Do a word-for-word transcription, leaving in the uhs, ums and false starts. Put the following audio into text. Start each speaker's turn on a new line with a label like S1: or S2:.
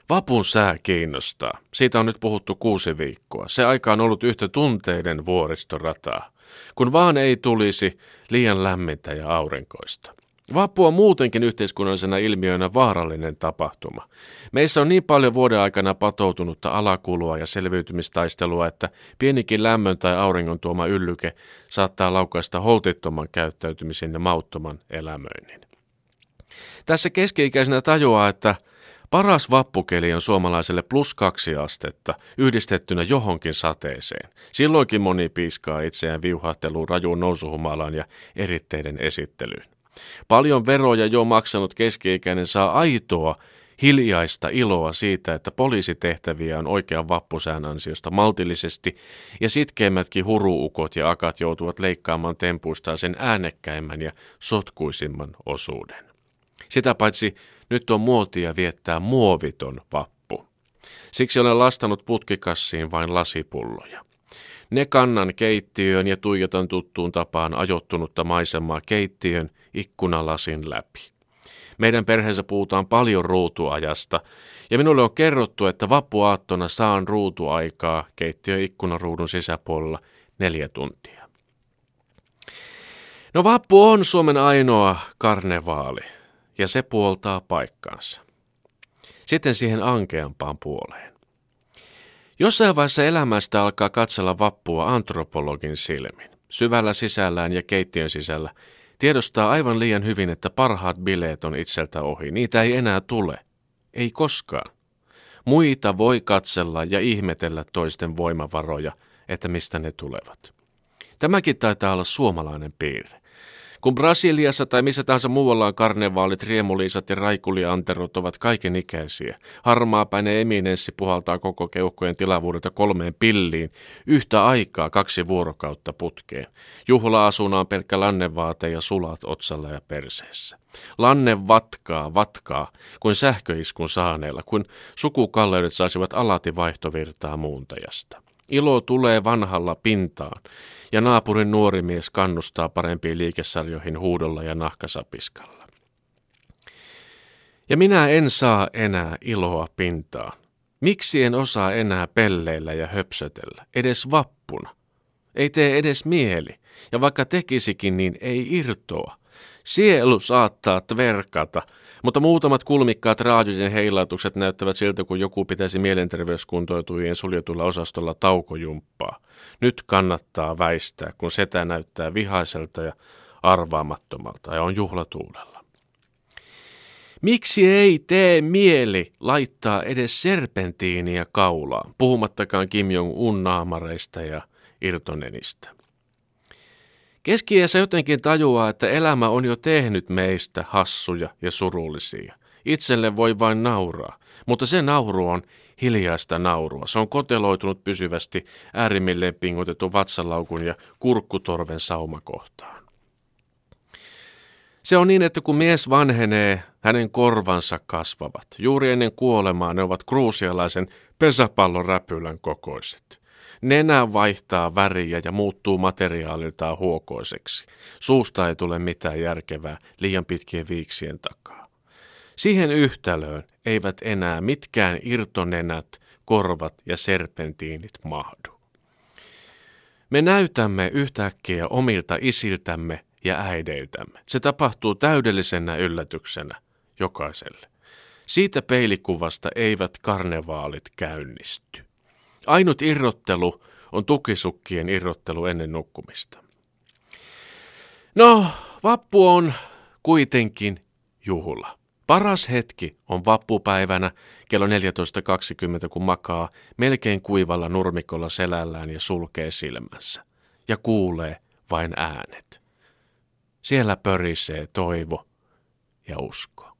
S1: Vapun sää kiinnostaa. Siitä on nyt puhuttu kuusi viikkoa. Se aika on ollut yhtä tunteiden vuoristorataa, kun vaan ei tulisi liian lämmintä ja aurinkoista. Vappu on muutenkin yhteiskunnallisena ilmiönä vaarallinen tapahtuma. Meissä on niin paljon vuoden aikana patoutunutta alakulua ja selviytymistaistelua, että pienikin lämmön tai auringon tuoma yllyke saattaa laukaista holtittoman käyttäytymisen ja mauttoman elämöinnin. Tässä keski-ikäisenä tajuaa, että paras vappukeli on suomalaiselle plus kaksi astetta yhdistettynä johonkin sateeseen. Silloinkin moni piiskaa itseään viuhahteluun, rajuun nousuhumalaan ja eritteiden esittelyyn. Paljon veroja jo maksanut keski-ikäinen saa aitoa, hiljaista iloa siitä, että poliisitehtäviä on oikean vappusään ansiosta maltillisesti ja sitkeimmätkin huruukot ja akat joutuvat leikkaamaan tempuistaan sen äänekkäimmän ja sotkuisimman osuuden. Sitä paitsi nyt on muotia viettää muoviton vappu. Siksi olen lastanut putkikassiin vain lasipulloja. Ne kannan keittiöön ja tuijotan tuttuun tapaan ajoittunutta maisemaa keittiön ikkunalasin läpi. Meidän perheessä puhutaan paljon ruutuajasta ja minulle on kerrottu, että vappuaattona saan ruutuaikaa keittiön ikkunaruudun sisäpuolella neljä tuntia. No vappu on Suomen ainoa karnevaali ja se puoltaa paikkaansa. Sitten siihen ankeampaan puoleen. Jossain vaiheessa elämästä alkaa katsella vappua antropologin silmin. Syvällä sisällään ja keittiön sisällä tiedostaa aivan liian hyvin, että parhaat bileet on itseltä ohi. Niitä ei enää tule. Ei koskaan. Muita voi katsella ja ihmetellä toisten voimavaroja, että mistä ne tulevat. Tämäkin taitaa olla suomalainen piirre. Kun Brasiliassa tai missä tahansa muualla on karnevaalit, riemuliisat ja raikulianterot ovat kaikenikäisiä. Harmaapäinen eminenssi puhaltaa koko keuhkojen tilavuudelta kolmeen pilliin yhtä aikaa kaksi vuorokautta putkeen. Juhla-asuna on pelkkä lannevaate ja sulat otsalla ja perseessä. Lanne vatkaa, vatkaa, kuin sähköiskun saaneella, kun sukukalleudet saisivat alati vaihtovirtaa muuntajasta. Ilo tulee vanhalla pintaan ja naapurin nuori mies kannustaa parempiin liikesarjoihin huudolla ja nahkasapiskalla. Ja minä en saa enää iloa pintaan. Miksi en osaa enää pelleillä ja höpsötellä, edes vappuna? Ei tee edes mieli, ja vaikka tekisikin, niin ei irtoa. Sielu saattaa tverkata, mutta muutamat kulmikkaat raajojen heilautukset näyttävät siltä, kun joku pitäisi mielenterveyskuntoutujien suljetulla osastolla taukojumppaa. Nyt kannattaa väistää, kun setä näyttää vihaiselta ja arvaamattomalta ja on juhlatuulella. Miksi ei tee mieli laittaa edes serpentiiniä kaulaan, puhumattakaan Kim Jong-un naamareista ja irtonenistä? Keski-iässä jotenkin tajuaa, että elämä on jo tehnyt meistä hassuja ja surullisia. Itselle voi vain nauraa, mutta se nauru on hiljaista naurua. Se on koteloitunut pysyvästi äärimmilleen pingotetun vatsalaukun ja kurkkutorven saumakohtaan. Se on niin, että kun mies vanhenee, hänen korvansa kasvavat. Juuri ennen kuolemaa ne ovat kruusialaisen pesäpallon räpylän kokoiset. Nenä vaihtaa väriä ja muuttuu materiaaliltaan huokoiseksi. Suusta ei tule mitään järkevää liian pitkien viiksien takaa. Siihen yhtälöön eivät enää mitkään irtonenät, korvat ja serpentiinit mahdu. Me näytämme yhtäkkiä omilta isiltämme ja äideiltämme. Se tapahtuu täydellisenä yllätyksenä jokaiselle. Siitä peilikuvasta eivät karnevaalit käynnisty. Ainut irrottelu on tukisukkien irrottelu ennen nukkumista. No, vappu on kuitenkin juhla. Paras hetki on vappupäivänä kello neljätoista kaksikymmentä, kun makaa melkein kuivalla nurmikolla selällään ja sulkee silmänsä. Ja kuulee vain äänet. Siellä pörisee toivo ja usko.